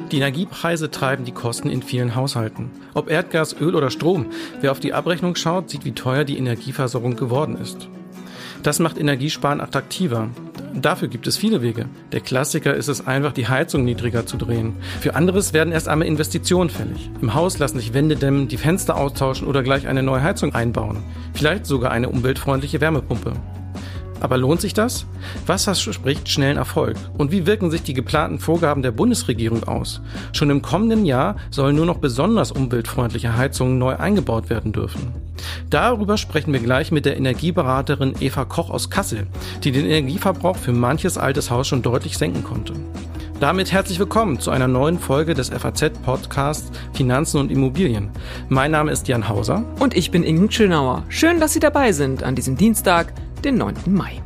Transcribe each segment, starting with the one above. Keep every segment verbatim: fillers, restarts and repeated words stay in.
Die Energiepreise treiben die Kosten in vielen Haushalten. Ob Erdgas, Öl oder Strom, wer auf die Abrechnung schaut, sieht, wie teuer die Energieversorgung geworden ist. Das macht Energiesparen attraktiver. Dafür gibt es viele Wege. Der Klassiker ist es einfach, die Heizung niedriger zu drehen. Für anderes werden erst einmal Investitionen fällig. Im Haus lassen sich Wände dämmen, die Fenster austauschen oder gleich eine neue Heizung einbauen. Vielleicht sogar eine umweltfreundliche Wärmepumpe. Aber lohnt sich das? Was verspricht schnellen Erfolg? Und wie wirken sich die geplanten Vorgaben der Bundesregierung aus? Schon im kommenden Jahr sollen nur noch besonders umweltfreundliche Heizungen neu eingebaut werden dürfen. Darüber sprechen wir gleich mit der Energieberaterin Eva Koch aus Kassel, die den Energieverbrauch für manches altes Haus schon deutlich senken konnte. Damit herzlich willkommen zu einer neuen Folge des F A Z-Podcasts Finanzen und Immobilien. Mein Name ist Jan Hauser. Und ich bin Inken Schönauer. Schön, dass Sie dabei sind an diesem Dienstag, den neunten Mai.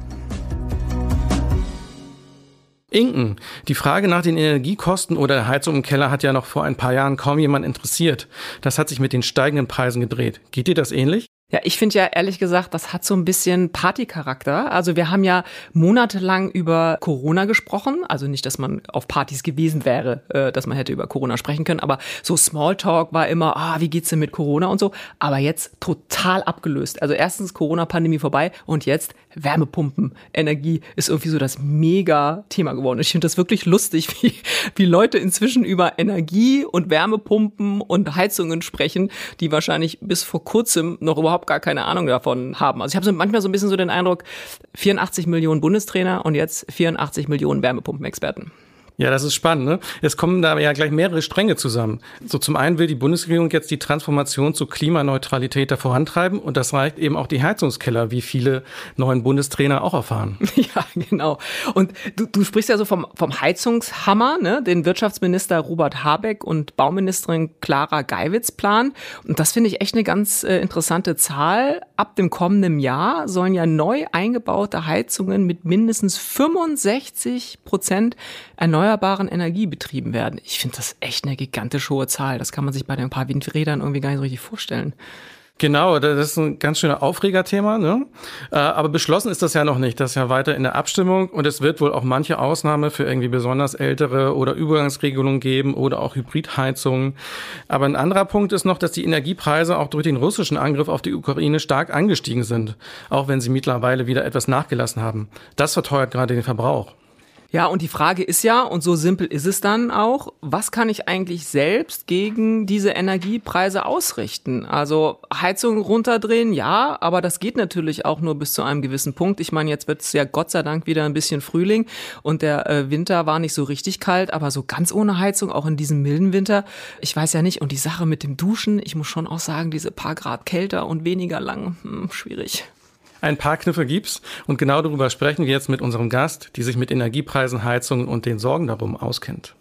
Inken, die Frage nach den Energiekosten oder der Heizung im Keller hat ja noch vor ein paar Jahren kaum jemand interessiert. Das hat sich mit den steigenden Preisen gedreht. Geht dir das ähnlich? Ja, ich finde ja ehrlich gesagt, das hat so ein bisschen Partycharakter. Also wir haben ja monatelang über Corona gesprochen. Also nicht, dass man auf Partys gewesen wäre, äh, dass man hätte über Corona sprechen können. Aber so Smalltalk war immer, ah, wie geht's denn mit Corona und so. Aber jetzt total abgelöst. Also erstens Corona-Pandemie vorbei und jetzt Wärmepumpen. Energie ist irgendwie so das Mega-Thema geworden. Ich finde das wirklich lustig, wie, wie Leute inzwischen über Energie und Wärmepumpen und Heizungen sprechen, die wahrscheinlich bis vor kurzem noch überhaupt gar keine Ahnung davon haben. Also ich habe so manchmal so ein bisschen so den Eindruck, vierundachtzig Millionen Bundestrainer und jetzt vierundachtzig Millionen Wärmepumpenexperten. Ja, das ist spannend, ne? Es kommen da ja gleich mehrere Stränge zusammen. So zum einen will die Bundesregierung jetzt die Transformation zur Klimaneutralität da vorantreiben und das reicht eben auch die Heizungskeller, wie viele neuen Bundestrainer auch erfahren. Ja, genau. Und du, du sprichst ja so vom, vom Heizungshammer, ne? Den Wirtschaftsminister Robert Habeck und Bauministerin Clara Geiwitz planen. Und das finde ich echt eine ganz äh, interessante Zahl. Ab dem kommenden Jahr sollen ja neu eingebaute Heizungen mit mindestens fünfundsechzig Prozent erneuerbaren Energie betrieben werden. Ich finde das echt eine gigantisch hohe Zahl. Das kann man sich bei den paar Windrädern irgendwie gar nicht so richtig vorstellen. Genau, das ist ein ganz schöner Aufregerthema, ne? Aber beschlossen ist das ja noch nicht. Das ist ja weiter in der Abstimmung und es wird wohl auch manche Ausnahme für irgendwie besonders ältere oder Übergangsregelungen geben oder auch Hybridheizungen. Aber ein anderer Punkt ist noch, dass die Energiepreise auch durch den russischen Angriff auf die Ukraine stark angestiegen sind, auch wenn sie mittlerweile wieder etwas nachgelassen haben. Das verteuert gerade den Verbrauch. Ja, und die Frage ist ja, und so simpel ist es dann auch, was kann ich eigentlich selbst gegen diese Energiepreise ausrichten? Also Heizung runterdrehen, ja, aber das geht natürlich auch nur bis zu einem gewissen Punkt. Ich meine, jetzt wird es ja Gott sei Dank wieder ein bisschen Frühling und der äh, Winter war nicht so richtig kalt, aber so ganz ohne Heizung, auch in diesem milden Winter, ich weiß ja nicht. Und die Sache mit dem Duschen, ich muss schon auch sagen, diese paar Grad kälter und weniger lang, hm, schwierig. Ein paar Kniffe gibt's und genau darüber sprechen wir jetzt mit unserem Gast, die sich mit Energiepreisen, Heizungen und den Sorgen darum auskennt.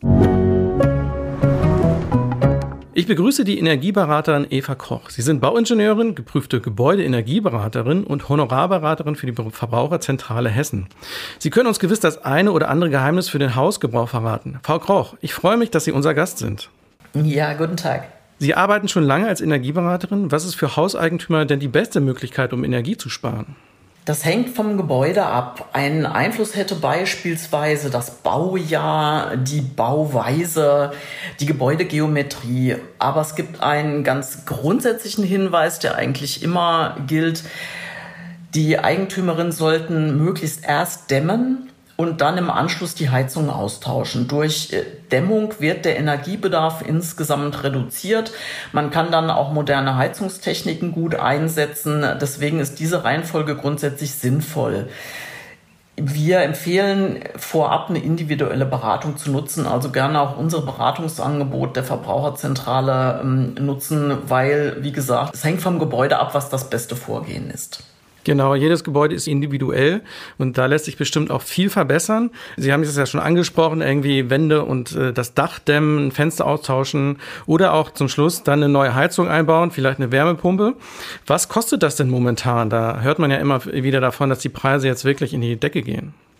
Ich begrüße die Energieberaterin Eva Koch. Sie sind Bauingenieurin, geprüfte Gebäudeenergieberaterin und Honorarberaterin für die Verbraucherzentrale Hessen. Sie können uns gewiss das eine oder andere Geheimnis für den Hausgebrauch verraten. Frau Koch, ich freue mich, dass Sie unser Gast sind. Ja, guten Tag. Sie arbeiten schon lange als Energieberaterin. Was ist für Hauseigentümer denn die beste Möglichkeit, um Energie zu sparen? Das hängt vom Gebäude ab. Einen Einfluss hätte beispielsweise das Baujahr, die Bauweise, die Gebäudegeometrie. Aber es gibt einen ganz grundsätzlichen Hinweis, der eigentlich immer gilt. Die Eigentümerinnen sollten möglichst erst dämmen und dann im Anschluss die Heizung austauschen. Durch Dämmung wird der Energiebedarf insgesamt reduziert. Man kann dann auch moderne Heizungstechniken gut einsetzen. Deswegen ist diese Reihenfolge grundsätzlich sinnvoll. Wir empfehlen vorab eine individuelle Beratung zu nutzen, also gerne auch unser Beratungsangebot der Verbraucherzentrale ähm, nutzen, weil, wie gesagt, es hängt vom Gebäude ab, was das beste Vorgehen ist. Genau, jedes Gebäude ist individuell und da lässt sich bestimmt auch viel verbessern. Sie haben es ja schon angesprochen, irgendwie Wände und äh, das Dach dämmen, Fenster austauschen oder auch zum Schluss dann eine neue Heizung einbauen, vielleicht eine Wärmepumpe. Was kostet das denn momentan? Da hört man ja immer wieder davon, dass die Preise jetzt wirklich in die Decke gehen.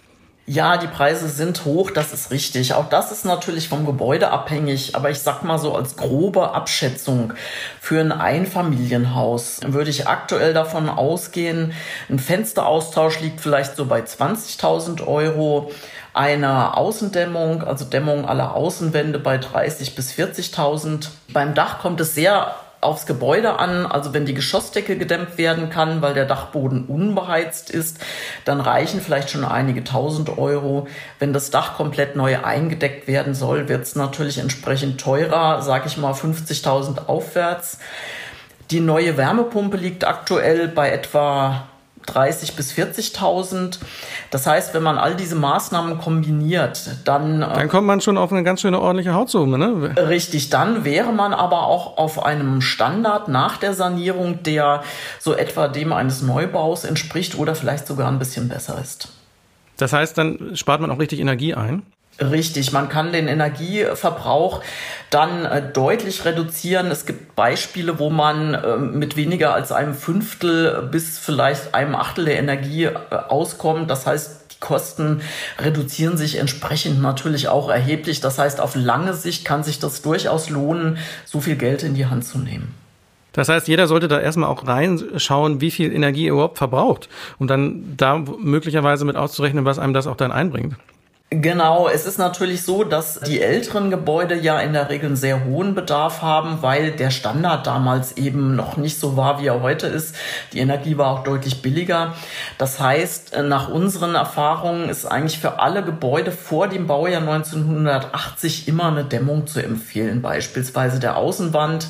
Ja, die Preise sind hoch, das ist richtig. Auch das ist natürlich vom Gebäude abhängig. Aber ich sag mal so als grobe Abschätzung für ein Einfamilienhaus würde ich aktuell davon ausgehen, ein Fensteraustausch liegt vielleicht so bei zwanzigtausend Euro. Eine Außendämmung, also Dämmung aller Außenwände bei dreißigtausend bis vierzigtausend. Beim Dach kommt es sehr aufs Gebäude an, also wenn die Geschossdecke gedämmt werden kann, weil der Dachboden unbeheizt ist, dann reichen vielleicht schon einige tausend Euro. Wenn das Dach komplett neu eingedeckt werden soll, wird es natürlich entsprechend teurer, sage ich mal fünfzigtausend aufwärts. Die neue Wärmepumpe liegt aktuell bei etwa dreißigtausend bis vierzigtausend. Das heißt, wenn man all diese Maßnahmen kombiniert, dann... Dann kommt man schon auf eine ganz schöne ordentliche Haussumme, ne? Richtig, dann wäre man aber auch auf einem Standard nach der Sanierung, der so etwa dem eines Neubaus entspricht oder vielleicht sogar ein bisschen besser ist. Das heißt, dann spart man auch richtig Energie ein? Richtig, man kann den Energieverbrauch dann äh, deutlich reduzieren. Es gibt Beispiele, wo man äh, mit weniger als einem Fünftel bis vielleicht einem Achtel der Energie äh, auskommt. Das heißt, die Kosten reduzieren sich entsprechend natürlich auch erheblich. Das heißt, auf lange Sicht kann sich das durchaus lohnen, so viel Geld in die Hand zu nehmen. Das heißt, jeder sollte da erstmal auch reinschauen, wie viel Energie er überhaupt verbraucht, um dann da möglicherweise mit auszurechnen, was einem das auch dann einbringt. Genau, es ist natürlich so, dass die älteren Gebäude ja in der Regel einen sehr hohen Bedarf haben, weil der Standard damals eben noch nicht so war, wie er heute ist. Die Energie war auch deutlich billiger. Das heißt, nach unseren Erfahrungen ist eigentlich für alle Gebäude vor dem Baujahr neunzehnhundertachtzig immer eine Dämmung zu empfehlen, beispielsweise der Außenwand.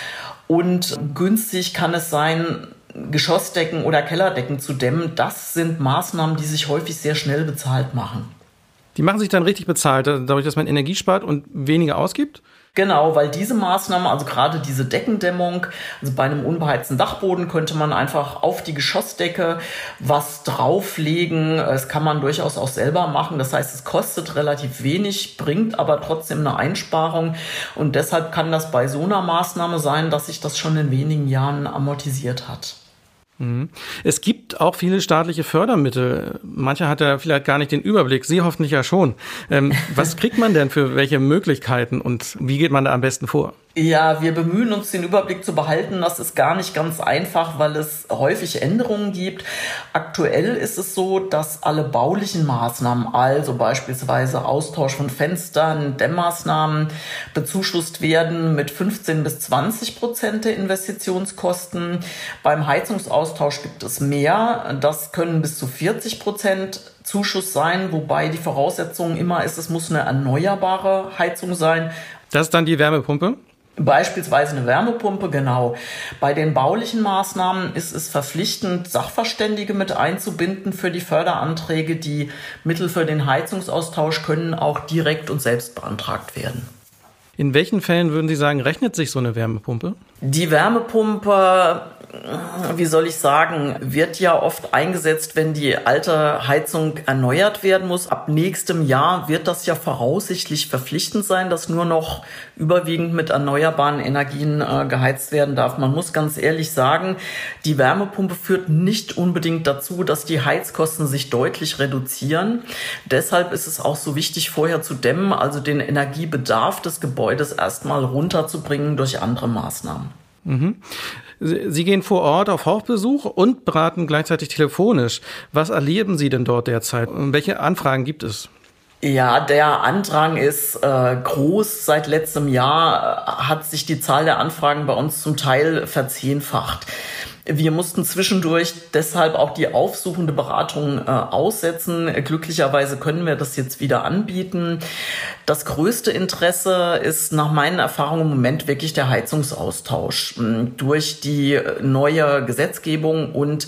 Und günstig kann es sein, Geschossdecken oder Kellerdecken zu dämmen. Das sind Maßnahmen, die sich häufig sehr schnell bezahlt machen. Die machen sich dann richtig bezahlt, dadurch, dass man Energie spart und weniger ausgibt? Genau, weil diese Maßnahmen, also gerade diese Deckendämmung, also bei einem unbeheizten Dachboden könnte man einfach auf die Geschossdecke was drauflegen. Das kann man durchaus auch selber machen. Das heißt, es kostet relativ wenig, bringt aber trotzdem eine Einsparung. Und deshalb kann das bei so einer Maßnahme sein, dass sich das schon in wenigen Jahren amortisiert hat. Es gibt auch viele staatliche Fördermittel. Mancher hat ja vielleicht gar nicht den Überblick, Sie hoffentlich ja schon. Ähm, was kriegt man denn für welche Möglichkeiten und wie geht man da am besten vor? Ja, wir bemühen uns, den Überblick zu behalten. Das ist gar nicht ganz einfach, weil es häufig Änderungen gibt. Aktuell ist es so, dass alle baulichen Maßnahmen, also beispielsweise Austausch von Fenstern, Dämmmaßnahmen, bezuschusst werden mit fünfzehn bis zwanzig Prozent der Investitionskosten. Beim Heizungsaustausch gibt es mehr. Das können bis zu vierzig Prozent Zuschuss sein, wobei die Voraussetzung immer ist, es muss eine erneuerbare Heizung sein. Das ist dann die Wärmepumpe? Beispielsweise eine Wärmepumpe, genau. Bei den baulichen Maßnahmen ist es verpflichtend, Sachverständige mit einzubinden für die Förderanträge. Die Mittel für den Heizungsaustausch können auch direkt und selbst beantragt werden. In welchen Fällen würden Sie sagen, rechnet sich so eine Wärmepumpe? Die Wärmepumpe, wie soll ich sagen, wird ja oft eingesetzt, wenn die alte Heizung erneuert werden muss. Ab nächstem Jahr wird das ja voraussichtlich verpflichtend sein, dass nur noch überwiegend mit erneuerbaren Energien äh, geheizt werden darf. Man muss ganz ehrlich sagen, die Wärmepumpe führt nicht unbedingt dazu, dass die Heizkosten sich deutlich reduzieren. Deshalb ist es auch so wichtig, vorher zu dämmen, also den Energiebedarf des Gebäudes erstmal runterzubringen durch andere Maßnahmen. Mhm. Sie gehen vor Ort auf Hausbesuch und beraten gleichzeitig telefonisch. Was erleben Sie denn dort derzeit? Und welche Anfragen gibt es? Ja, der Andrang ist äh, groß. Seit letztem Jahr äh, hat sich die Zahl der Anfragen bei uns zum Teil verzehnfacht. Wir mussten zwischendurch deshalb auch die aufsuchende Beratung äh, aussetzen. Glücklicherweise können wir das jetzt wieder anbieten. Das größte Interesse ist nach meinen Erfahrungen im Moment wirklich der Heizungsaustausch durch die neue Gesetzgebung. Und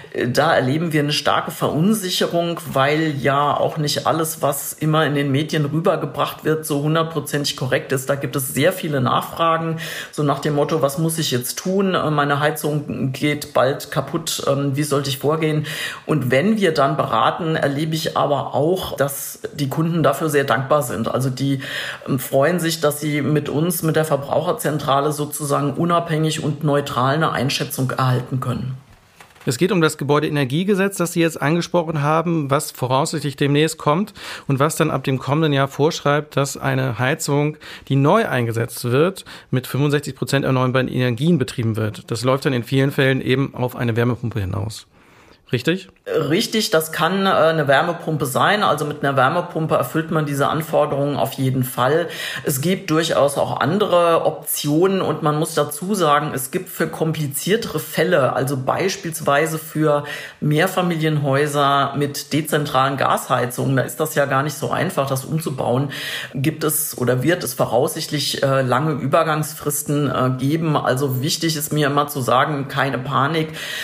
da erleben wir eine starke Verunsicherung, weil ja auch nicht alles, was immer in den Medien rübergebracht wird, so hundertprozentig korrekt ist. Da gibt es sehr viele Nachfragen, so nach dem Motto, was muss ich jetzt tun? Meine Heizung geht bald kaputt, wie sollte ich vorgehen? Und wenn wir dann beraten, erlebe ich aber auch, dass die Kunden dafür sehr dankbar sind. Also die freuen sich, dass sie mit uns, mit der Verbraucherzentrale sozusagen unabhängig und neutral eine Einschätzung erhalten können. Es geht um das Gebäudeenergiegesetz, das Sie jetzt angesprochen haben, was voraussichtlich demnächst kommt und was dann ab dem kommenden Jahr vorschreibt, dass eine Heizung, die neu eingesetzt wird, mit fünfundsechzig Prozent erneuerbaren Energien betrieben wird. Das läuft dann in vielen Fällen eben auf eine Wärmepumpe hinaus. Richtig? Richtig, das kann äh, eine Wärmepumpe sein. Also mit einer Wärmepumpe erfüllt man diese Anforderungen auf jeden Fall. Es gibt durchaus auch andere Optionen und man muss dazu sagen, es gibt für kompliziertere Fälle, also beispielsweise für Mehrfamilienhäuser mit dezentralen Gasheizungen, da ist das ja gar nicht so einfach, das umzubauen, gibt es oder wird es voraussichtlich äh, lange Übergangsfristen äh, geben. Also wichtig ist mir immer zu sagen, keine Panik.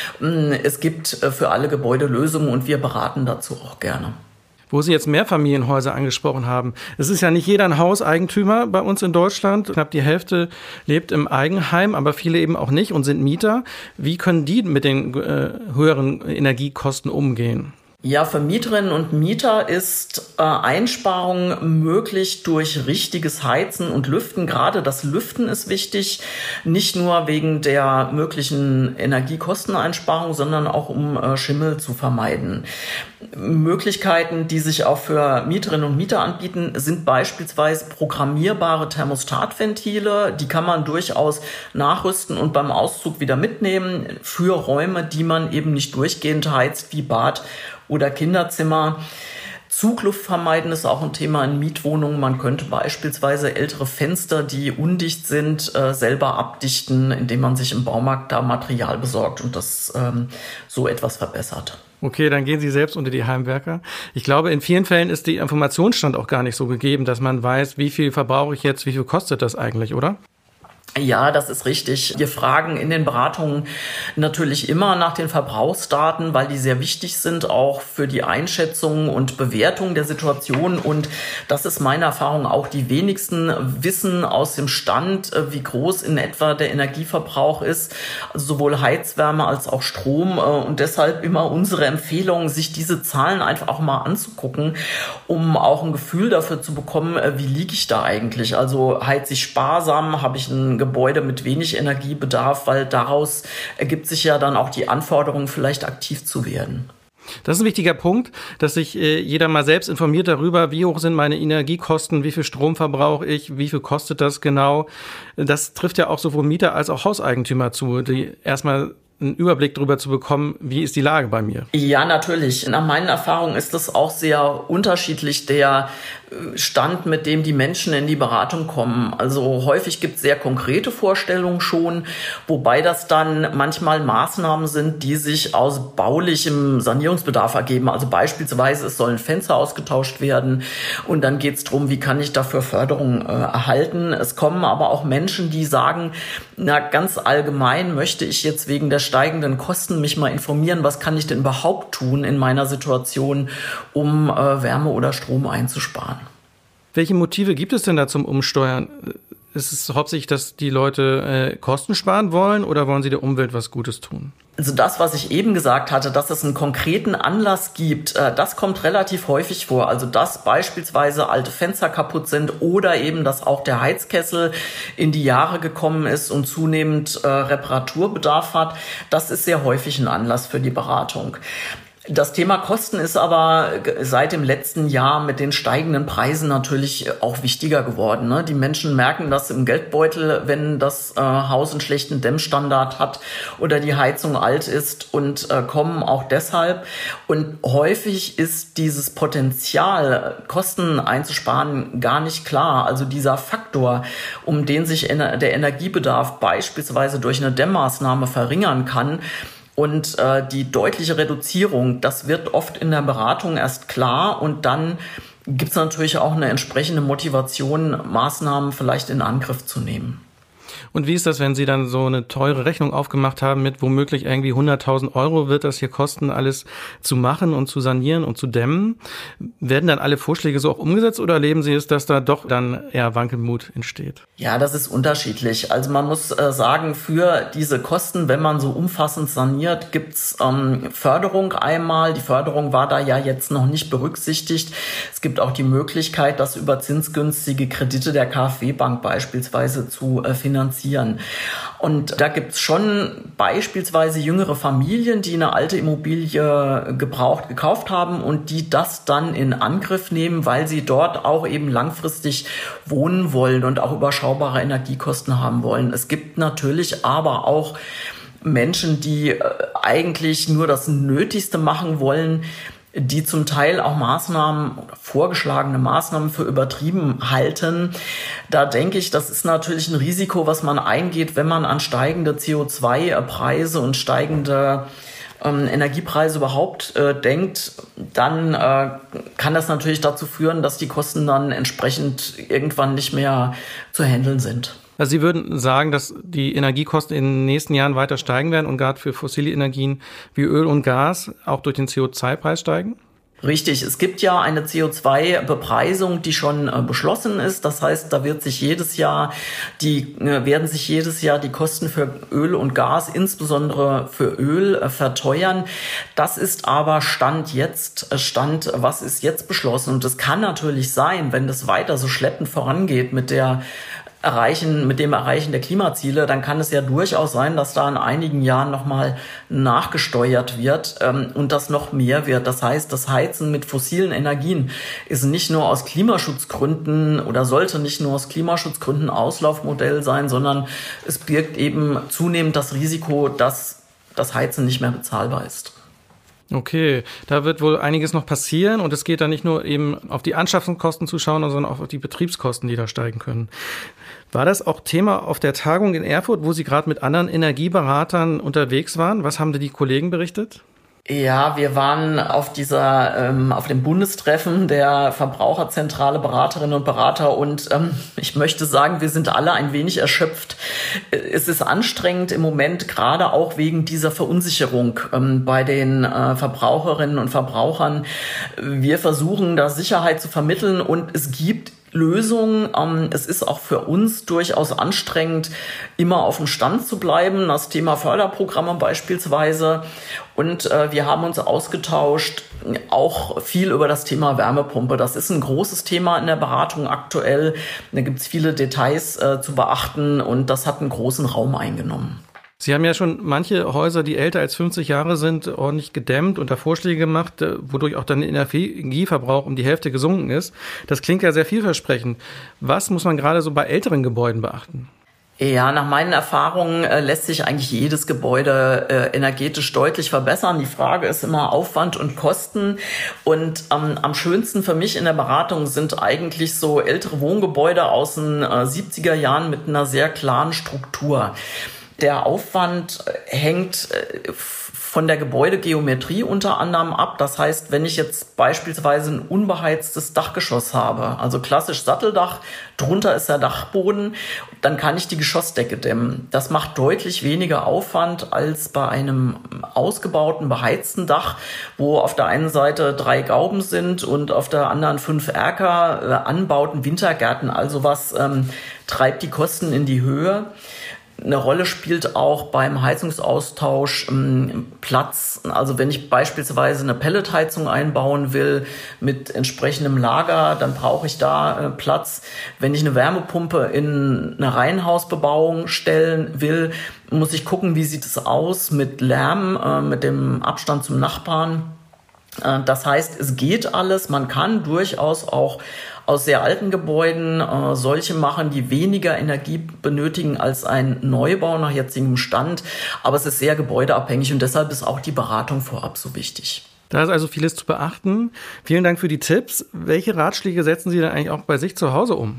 Es gibt äh, für alle Gebäudelösungen und wir beraten dazu auch gerne. Wo Sie jetzt Mehrfamilienhäuser angesprochen haben. Es ist ja nicht jeder ein Hauseigentümer bei uns in Deutschland. Knapp die Hälfte lebt im Eigenheim, aber viele eben auch nicht und sind Mieter. Wie können die mit den äh, höheren Energiekosten umgehen? Ja, für Mieterinnen und Mieter ist äh, Einsparung möglich durch richtiges Heizen und Lüften. Gerade das Lüften ist wichtig, nicht nur wegen der möglichen Energiekosteneinsparung, sondern auch um äh, Schimmel zu vermeiden. Möglichkeiten, die sich auch für Mieterinnen und Mieter anbieten, sind beispielsweise programmierbare Thermostatventile. Die kann man durchaus nachrüsten und beim Auszug wieder mitnehmen für Räume, die man eben nicht durchgehend heizt, wie Bad oder Kinderzimmer. Zugluft vermeiden ist auch ein Thema in Mietwohnungen. Man könnte beispielsweise ältere Fenster, die undicht sind, äh, selber abdichten, indem man sich im Baumarkt da Material besorgt und das ähm, so etwas verbessert. Okay, dann gehen Sie selbst unter die Heimwerker. Ich glaube, in vielen Fällen ist der Informationsstand auch gar nicht so gegeben, dass man weiß, wie viel verbrauche ich jetzt, wie viel kostet das eigentlich, oder? Ja, das ist richtig. Wir fragen in den Beratungen natürlich immer nach den Verbrauchsdaten, weil die sehr wichtig sind, auch für die Einschätzung und Bewertung der Situation. Und das ist meine Erfahrung auch. Die wenigsten wissen aus dem Stand, wie groß in etwa der Energieverbrauch ist, also sowohl Heizwärme als auch Strom. Und deshalb immer unsere Empfehlung, sich diese Zahlen einfach auch mal anzugucken, um auch ein Gefühl dafür zu bekommen, wie liege ich da eigentlich? Also heiz ich sparsam, habe ich ein Gebäude mit wenig Energiebedarf, weil daraus ergibt sich ja dann auch die Anforderung, vielleicht aktiv zu werden. Das ist ein wichtiger Punkt, dass sich äh, jeder mal selbst informiert darüber, wie hoch sind meine Energiekosten, wie viel Strom verbrauche ich, wie viel kostet das genau. Das trifft ja auch sowohl Mieter als auch Hauseigentümer zu, die erstmal einen Überblick darüber zu bekommen, wie ist die Lage bei mir? Ja, natürlich. Nach meinen Erfahrungen ist das auch sehr unterschiedlich, der Stand, mit dem die Menschen in die Beratung kommen. Also häufig gibt es sehr konkrete Vorstellungen schon, wobei das dann manchmal Maßnahmen sind, die sich aus baulichem Sanierungsbedarf ergeben. Also beispielsweise, es sollen Fenster ausgetauscht werden und dann geht es darum, wie kann ich dafür Förderung äh, erhalten. Es kommen aber auch Menschen, die sagen, na ganz allgemein möchte ich jetzt wegen der steigenden Kosten mich mal informieren, was kann ich denn überhaupt tun in meiner Situation, um äh, Wärme oder Strom einzusparen. Welche Motive gibt es denn da zum Umsteuern? Ist es hauptsächlich, dass die Leute äh, Kosten sparen wollen oder wollen sie der Umwelt was Gutes tun? Also das, was ich eben gesagt hatte, dass es einen konkreten Anlass gibt, äh, das kommt relativ häufig vor. Also dass beispielsweise alte Fenster kaputt sind oder eben, dass auch der Heizkessel in die Jahre gekommen ist und zunehmend äh, Reparaturbedarf hat. Das ist sehr häufig ein Anlass für die Beratung. Das Thema Kosten ist aber seit dem letzten Jahr mit den steigenden Preisen natürlich auch wichtiger geworden. Ne? Die Menschen merken das im Geldbeutel, wenn das äh, Haus einen schlechten Dämmstandard hat oder die Heizung alt ist und äh, kommen auch deshalb. Und häufig ist dieses Potenzial, Kosten einzusparen, gar nicht klar. Also dieser Faktor, um den sich ener- der Energiebedarf beispielsweise durch eine Dämmmaßnahme verringern kann, und äh, die deutliche Reduzierung, das wird oft in der Beratung erst klar und dann gibt es natürlich auch eine entsprechende Motivation, Maßnahmen vielleicht in Angriff zu nehmen. Und wie ist das, wenn Sie dann so eine teure Rechnung aufgemacht haben mit womöglich irgendwie hunderttausend Euro wird das hier kosten, alles zu machen und zu sanieren und zu dämmen? Werden dann alle Vorschläge so auch umgesetzt oder erleben Sie es, dass da doch dann eher Wankelmut entsteht? Ja, das ist unterschiedlich. Also man muss äh, sagen, für diese Kosten, wenn man so umfassend saniert, gibt's ähm, Förderung einmal. Die Förderung war da ja jetzt noch nicht berücksichtigt. Es gibt auch die Möglichkeit, das über zinsgünstige Kredite der KfW-Bank beispielsweise zu äh, finanzieren. finanzieren. Und da gibt's schon beispielsweise jüngere Familien, die eine alte Immobilie gebraucht gekauft haben und die das dann in Angriff nehmen, weil sie dort auch eben langfristig wohnen wollen und auch überschaubare Energiekosten haben wollen. Es gibt natürlich aber auch Menschen, die eigentlich nur das Nötigste machen wollen, die zum Teil auch Maßnahmen oder vorgeschlagene Maßnahmen für übertrieben halten. Da denke ich, das ist natürlich ein Risiko, was man eingeht, wenn man an steigende C O zwei Preise und steigende ähm, Energiepreise überhaupt äh, denkt. Dann äh, kann das natürlich dazu führen, dass die Kosten dann entsprechend irgendwann nicht mehr zu handeln sind. Also Sie würden sagen, dass die Energiekosten in den nächsten Jahren weiter steigen werden und gerade für fossile Energien wie Öl und Gas auch durch den C O zwei Preis steigen? Richtig, es gibt ja eine C O zwei Bepreisung, die schon äh, beschlossen ist. Das heißt, da wird sich jedes Jahr die äh, werden sich jedes Jahr die Kosten für Öl und Gas, insbesondere für Öl, äh, verteuern. Das ist aber Stand jetzt, äh, Stand, was ist jetzt beschlossen? Und es kann natürlich sein, wenn das weiter so schleppend vorangeht mit der Erreichen, mit dem Erreichen der Klimaziele, dann kann es ja durchaus sein, dass da in einigen Jahren nochmal nachgesteuert wird ähm, und das noch mehr wird. Das heißt, das Heizen mit fossilen Energien ist nicht nur aus Klimaschutzgründen oder sollte nicht nur aus Klimaschutzgründen Auslaufmodell sein, sondern es birgt eben zunehmend das Risiko, dass das Heizen nicht mehr bezahlbar ist. Okay, da wird wohl einiges noch passieren und es geht dann nicht nur eben auf die Anschaffungskosten zu schauen, sondern auch auf die Betriebskosten, die da steigen können. War das auch Thema auf der Tagung in Erfurt, wo Sie gerade mit anderen Energieberatern unterwegs waren? Was haben denn die Kollegen berichtet? Ja, wir waren auf dieser, ähm, auf dem Bundestreffen der Verbraucherzentrale Beraterinnen und Berater und ähm, ich möchte sagen, wir sind alle ein wenig erschöpft. Es ist anstrengend im Moment, gerade auch wegen dieser Verunsicherung ähm, bei den äh, Verbraucherinnen und Verbrauchern. Wir versuchen, da Sicherheit zu vermitteln und es gibt Lösung. Ähm, es ist auch für uns durchaus anstrengend, immer auf dem Stand zu bleiben. Das Thema Förderprogramme beispielsweise. Und äh, wir haben uns ausgetauscht, auch viel über das Thema Wärmepumpe. Das ist ein großes Thema in der Beratung aktuell. Da gibt es viele Details äh, zu beachten und das hat einen großen Raum eingenommen. Sie haben ja schon manche Häuser, die älter als fünfzig Jahre sind, ordentlich gedämmt und da Vorschläge gemacht, wodurch auch dann der Energieverbrauch um die Hälfte gesunken ist. Das klingt ja sehr vielversprechend. Was muss man gerade so bei älteren Gebäuden beachten? Ja, nach meinen Erfahrungen äh, lässt sich eigentlich jedes Gebäude äh, energetisch deutlich verbessern. Die Frage ist immer Aufwand und Kosten. Und ähm, am schönsten für mich in der Beratung sind eigentlich so ältere Wohngebäude aus den äh, siebziger Jahren mit einer sehr klaren Struktur. Der Aufwand hängt von der Gebäudegeometrie unter anderem ab. Das heißt, wenn ich jetzt beispielsweise ein unbeheiztes Dachgeschoss habe, also klassisch Satteldach, drunter ist der Dachboden, dann kann ich die Geschossdecke dämmen. Das macht deutlich weniger Aufwand als bei einem ausgebauten, beheizten Dach, wo auf der einen Seite drei Gauben sind und auf der anderen fünf Erker, äh, Anbauten, Wintergärten, also was ähm, treibt die Kosten in die Höhe. Eine Rolle spielt auch beim Heizungsaustausch ähm, Platz. Also wenn ich beispielsweise eine Pelletheizung einbauen will mit entsprechendem Lager, dann brauche ich da äh, Platz. Wenn ich eine Wärmepumpe in eine Reihenhausbebauung stellen will, muss ich gucken, wie sieht es aus mit Lärm, äh, mit dem Abstand zum Nachbarn. Äh, das heißt, es geht alles. Man kann durchaus auch aus sehr alten Gebäuden äh, solche machen, die weniger Energie benötigen als ein Neubau nach jetzigem Stand. Aber es ist sehr gebäudeabhängig und deshalb ist auch die Beratung vorab so wichtig. Da ist also vieles zu beachten. Vielen Dank für die Tipps. Welche Ratschläge setzen Sie denn eigentlich auch bei sich zu Hause um?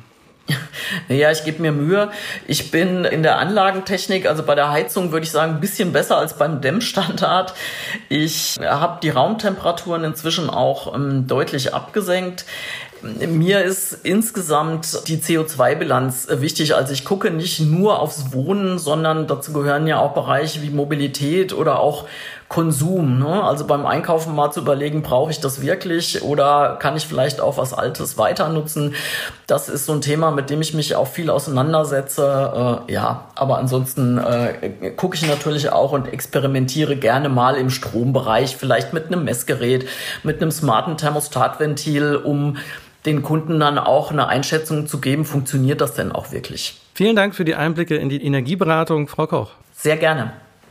Ja, ich gebe mir Mühe. Ich bin in der Anlagentechnik, also bei der Heizung würde ich sagen, ein bisschen besser als beim Dämmstandard. Ich habe die Raumtemperaturen inzwischen auch ähm, deutlich abgesenkt. Mir ist insgesamt die C O zwei Bilanz wichtig. Also ich gucke nicht nur aufs Wohnen, sondern dazu gehören ja auch Bereiche wie Mobilität oder auch Konsum. Ne? Also beim Einkaufen mal zu überlegen, brauche ich das wirklich oder kann ich vielleicht auch was Altes weiter nutzen? Das ist so ein Thema, mit dem ich mich auch viel auseinandersetze. Äh, ja, aber ansonsten äh, gucke ich natürlich auch und experimentiere gerne mal im Strombereich, vielleicht mit einem Messgerät, mit einem smarten Thermostatventil, um den Kunden dann auch eine Einschätzung zu geben, funktioniert das denn auch wirklich. Vielen Dank für die Einblicke in die Energieberatung, Frau Koch. Sehr gerne.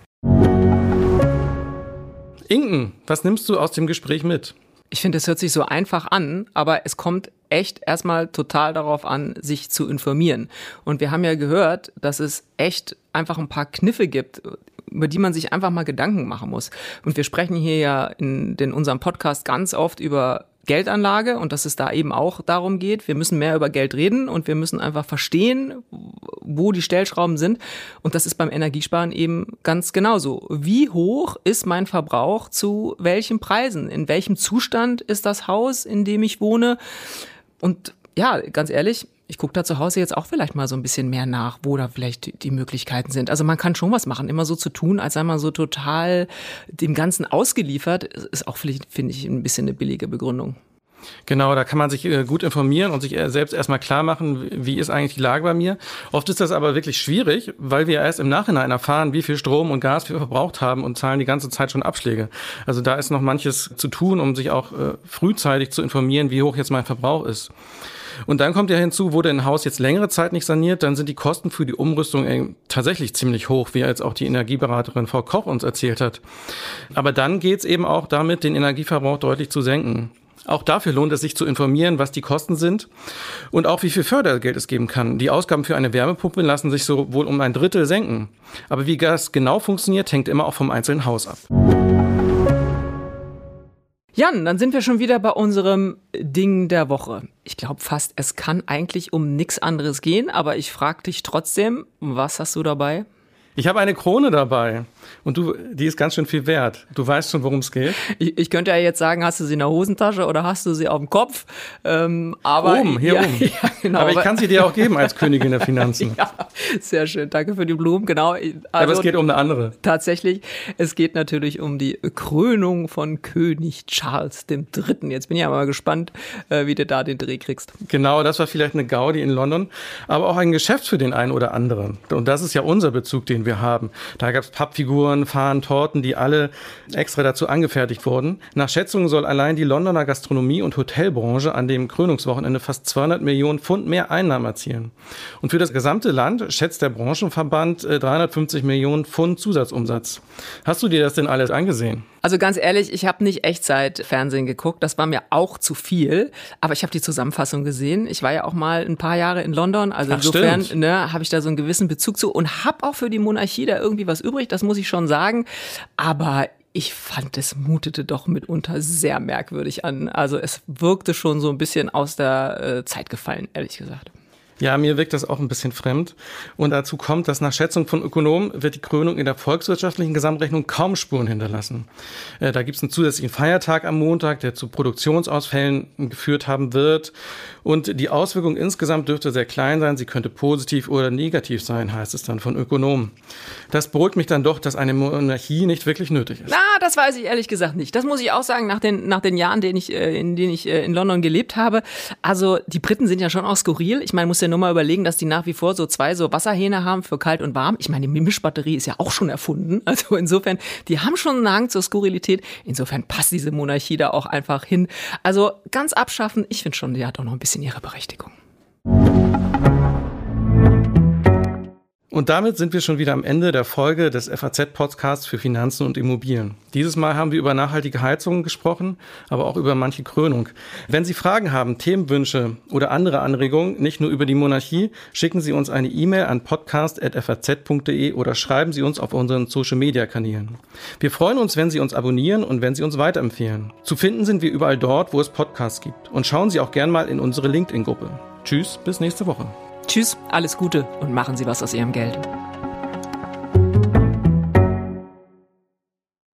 Inken, was nimmst du aus dem Gespräch mit? Ich finde, es hört sich so einfach an, aber es kommt echt erstmal total darauf an, sich zu informieren. Und wir haben ja gehört, dass es echt einfach ein paar Kniffe gibt, über die man sich einfach mal Gedanken machen muss. Und wir sprechen hier ja in, in unserem Podcast ganz oft über Geldanlage und dass es da eben auch darum geht, wir müssen mehr über Geld reden und wir müssen einfach verstehen, wo die Stellschrauben sind. Und das ist beim Energiesparen eben ganz genauso. Wie hoch ist mein Verbrauch zu welchen Preisen? In welchem Zustand ist das Haus, in dem ich wohne? Und ja, ganz ehrlich, ich gucke da zu Hause jetzt auch vielleicht mal so ein bisschen mehr nach, wo da vielleicht die Möglichkeiten sind. Also man kann schon was machen. Immer so zu tun, als sei man so total dem Ganzen ausgeliefert, ist auch vielleicht, finde ich, ein bisschen eine billige Begründung. Genau, da kann man sich gut informieren und sich selbst erstmal klar machen, wie ist eigentlich die Lage bei mir. Oft ist das aber wirklich schwierig, weil wir erst im Nachhinein erfahren, wie viel Strom und Gas wir verbraucht haben und zahlen die ganze Zeit schon Abschläge. Also da ist noch manches zu tun, um sich auch frühzeitig zu informieren, wie hoch jetzt mein Verbrauch ist. Und dann kommt ja hinzu, wurde ein Haus jetzt längere Zeit nicht saniert, dann sind die Kosten für die Umrüstung tatsächlich ziemlich hoch, wie jetzt auch die Energieberaterin Frau Koch uns erzählt hat. Aber dann geht es eben auch damit, den Energieverbrauch deutlich zu senken. Auch dafür lohnt es sich zu informieren, was die Kosten sind und auch wie viel Fördergeld es geben kann. Die Ausgaben für eine Wärmepumpe lassen sich so wohl um ein Drittel senken. Aber wie das genau funktioniert, hängt immer auch vom einzelnen Haus ab. Jan, dann sind wir schon wieder bei unserem Ding der Woche. Ich glaube fast, es kann eigentlich um nichts anderes gehen, aber ich frage dich trotzdem, was hast du dabei? Ich habe eine Krone dabei und du, die ist ganz schön viel wert. Du weißt schon, worum es geht? Ich, ich könnte ja jetzt sagen, hast du sie in der Hosentasche oder hast du sie auf dem Kopf? Ähm, aber oben, hier ja, oben. Ja, genau, aber ich kann sie dir auch geben als Königin der Finanzen. Ja, sehr schön. Danke für die Blumen. Genau. Also, aber es geht um eine andere. Tatsächlich, es geht natürlich um die Krönung von König Charles der Dritte. Jetzt bin ich ja mal gespannt, wie du da den Dreh kriegst. Genau, das war vielleicht eine Gaudi in London, aber auch ein Geschäft für den einen oder anderen. Und das ist ja unser Bezug, den wir haben. Da gab es Pappfiguren, Fahnen, Torten, die alle extra dazu angefertigt wurden. Nach Schätzungen soll allein die Londoner Gastronomie- und Hotelbranche an dem Krönungswochenende fast zweihundert Millionen Pfund mehr Einnahmen erzielen. Und für das gesamte Land schätzt der Branchenverband dreihundertfünfzig Millionen Pfund Zusatzumsatz. Hast du dir das denn alles angesehen? Also ganz ehrlich, ich habe nicht Echtzeit-Fernsehen geguckt, das war mir auch zu viel, aber ich habe die Zusammenfassung gesehen. Ich war ja auch mal ein paar Jahre in London, also Ach, insofern stimmt. ne, habe ich da so einen gewissen Bezug zu und habe auch für die Monarchie da irgendwie was übrig, das muss ich schon sagen, aber ich fand, es mutete doch mitunter sehr merkwürdig an. Also es wirkte schon so ein bisschen aus der äh, Zeit gefallen, ehrlich gesagt. Ja, mir wirkt das auch ein bisschen fremd. Und dazu kommt, dass nach Schätzung von Ökonomen wird die Krönung in der volkswirtschaftlichen Gesamtrechnung kaum Spuren hinterlassen. Äh, da gibt es einen zusätzlichen Feiertag am Montag, der zu Produktionsausfällen geführt haben wird. Und die Auswirkung insgesamt dürfte sehr klein sein. Sie könnte positiv oder negativ sein, heißt es dann von Ökonomen. Das beruhigt mich dann doch, dass eine Monarchie nicht wirklich nötig ist. Na, das weiß ich ehrlich gesagt nicht. Das muss ich auch sagen, nach den, nach den Jahren, denen ich, in denen ich in London gelebt habe. Also die Briten sind ja schon auch skurril. Ich meine, muss ja nur mal überlegen, dass die nach wie vor so zwei so Wasserhähne haben für kalt und warm. Ich meine, die Mischbatterie ist ja auch schon erfunden. Also insofern, die haben schon einen Hang zur Skurrilität. Insofern passt diese Monarchie da auch einfach hin. Also ganz abschaffen, ich finde schon, die hat auch noch ein bisschen ihre Berechtigung. Und damit sind wir schon wieder am Ende der Folge des F A Z-Podcasts für Finanzen und Immobilien. Dieses Mal haben wir über nachhaltige Heizungen gesprochen, aber auch über manche Krönung. Wenn Sie Fragen haben, Themenwünsche oder andere Anregungen, nicht nur über die Monarchie, schicken Sie uns eine E-Mail an podcast at f a z punkt d e oder schreiben Sie uns auf unseren Social-Media-Kanälen. Wir freuen uns, wenn Sie uns abonnieren und wenn Sie uns weiterempfehlen. Zu finden sind wir überall dort, wo es Podcasts gibt. Und schauen Sie auch gern mal in unsere LinkedIn-Gruppe. Tschüss, bis nächste Woche. Tschüss, alles Gute und machen Sie was aus Ihrem Geld.